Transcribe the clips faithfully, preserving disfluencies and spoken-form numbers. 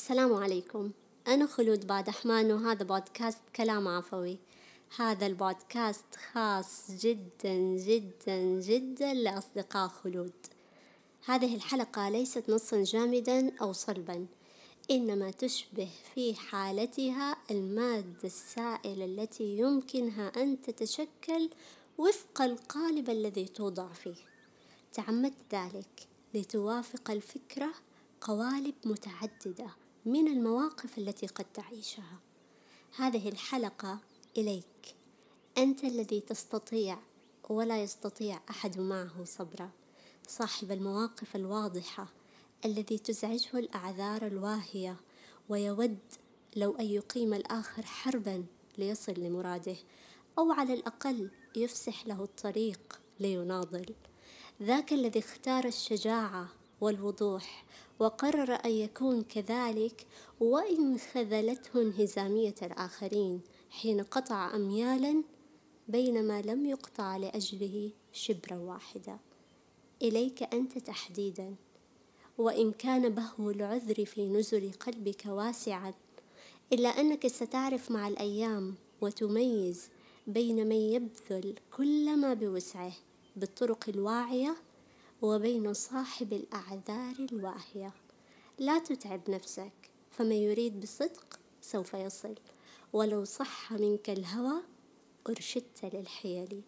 السلام عليكم. أنا خلود بادحمان وهذا بودكاست كلام عفوي. هذا البودكاست خاص جدا جدا جدا لأصدقاء خلود. هذه الحلقة ليست نصا جامدا أو صلبا، إنما تشبه في حالتها المادة السائلة التي يمكنها أن تتشكل وفق القالب الذي توضع فيه. تعمدت ذلك لتوافق الفكرة قوالب متعددة من المواقف التي قد تعيشها. هذه الحلقة إليك، أنت الذي تستطيع ولا يستطيع أحد معه صبرا، صاحب المواقف الواضحة الذي تزعجه الأعذار الواهية ويود لو أن يقيم الآخر حربا ليصل لمراده، أو على الأقل يفسح له الطريق ليناضل. ذاك الذي اختار الشجاعة والوضوح وقرر أن يكون كذلك وإن خذلته انهزامية الآخرين حين قطع أميالا بينما لم يقطع لأجله شبرا واحدا. إليك أنت تحديدا، وإن كان بهو العذر في نزل قلبك واسعا، إلا أنك ستعرف مع الأيام وتميز بين من يبذل كل ما بوسعه بالطرق الواعية وبين صاحب الأعذار الواهية. لا تتعب نفسك، فمن يريد بصدق سوف يصل، ولو صح منك الهوى أرشدت للحيل.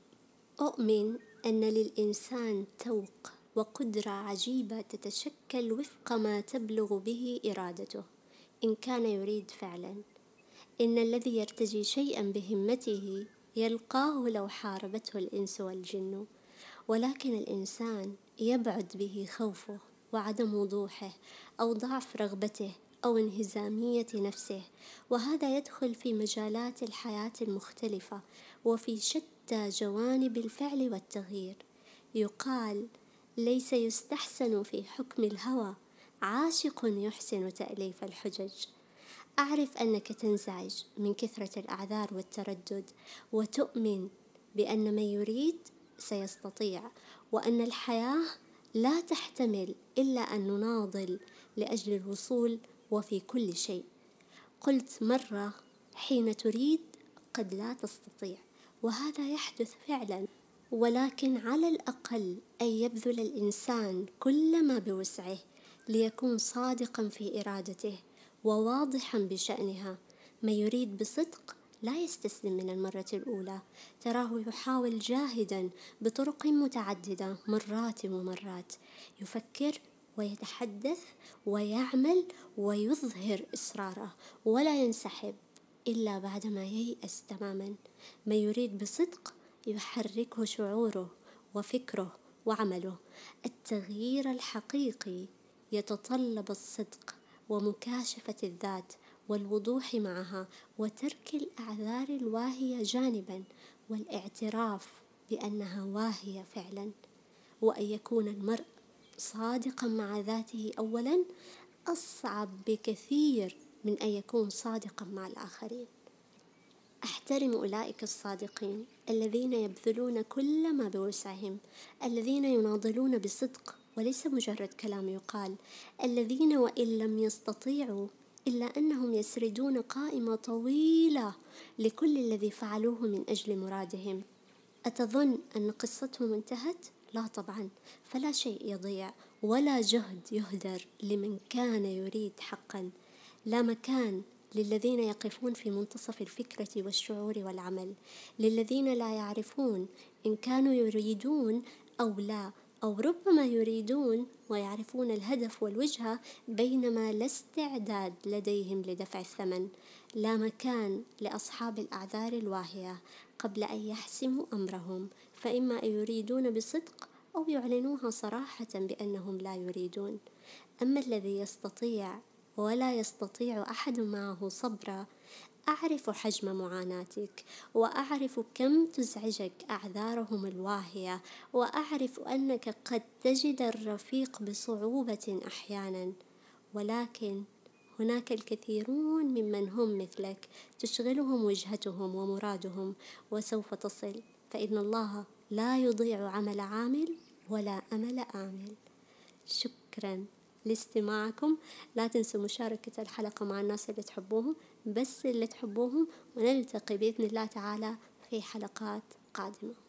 أؤمن أن للإنسان توق وقدرة عجيبة تتشكل وفق ما تبلغ به إرادته إن كان يريد فعلا. إن الذي يرتجي شيئا بهمته يلقاه لو حاربته الإنس والجن، ولكن الإنسان يبعد به خوفه وعدم وضوحه أو ضعف رغبته أو انهزامية نفسه، وهذا يدخل في مجالات الحياة المختلفة وفي شتى جوانب الفعل والتغيير. يقال: ليس يستحسن في حكم الهوى، عاشق يحسن تأليف الحجج. أعرف أنك تنزعج من كثرة الأعذار والتردد، وتؤمن بأن من يريد سيستطيع، وأن الحياة لا تحتمل إلا أن نناضل لأجل الوصول وفي كل شيء. قلت مرة: حين تريد قد لا تستطيع، وهذا يحدث فعلا، ولكن على الأقل أن يبذل الإنسان كل ما بوسعه ليكون صادقا في إرادته وواضحا بشأنها. ما يريد بصدق لا يستسلم من المرة الأولى، تراه يحاول جاهدا بطرق متعددة مرات ومرات، يفكر ويتحدث ويعمل ويظهر إصراره، ولا ينسحب إلا بعدما ييأس تماما. ما يريد بصدق يحركه شعوره وفكره وعمله. التغيير الحقيقي يتطلب الصدق ومكاشفة الذات والوضوح معها، وترك الأعذار الواهية جانبا، والاعتراف بأنها واهية فعلا. وأن يكون المرء صادقا مع ذاته أولا أصعب بكثير من أن يكون صادقا مع الآخرين. أحترم أولئك الصادقين الذين يبذلون كل ما بوسعهم، الذين يناضلون بصدق وليس مجرد كلام يقال، الذين وإن لم يستطيعوا إلا أنهم يسردون قائمة طويلة لكل الذي فعلوه من أجل مرادهم. أتظن أن قصتهم انتهت؟ لا طبعا، فلا شيء يضيع ولا جهد يهدر لمن كان يريد حقا. لا مكان للذين يقفون في منتصف الفكرة والشعور والعمل، للذين لا يعرفون إن كانوا يريدون أو لا، أو ربما يريدون ويعرفون الهدف والوجهة بينما لا استعداد لديهم لدفع الثمن. لا مكان لأصحاب الأعذار الواهية قبل أن يحسموا أمرهم، فإما أن يريدون بصدق أو يعلنوها صراحة بأنهم لا يريدون. أما الذي يستطيع ولا يستطيع أحد معه صبرا، أعرف حجم معاناتك، وأعرف كم تزعجك أعذارهم الواهية، وأعرف أنك قد تجد الرفيق بصعوبة أحيانا، ولكن هناك الكثيرون ممن هم مثلك تشغلهم وجهتهم ومرادهم، وسوف تصل، فإن الله لا يضيع عمل عامل ولا أمل آمل. شكرا. لاستماعكم. لا تنسوا مشاركة الحلقة مع الناس اللي تحبوهم، بس اللي تحبوهم، ونلتقي بإذن الله تعالى في حلقات قادمة.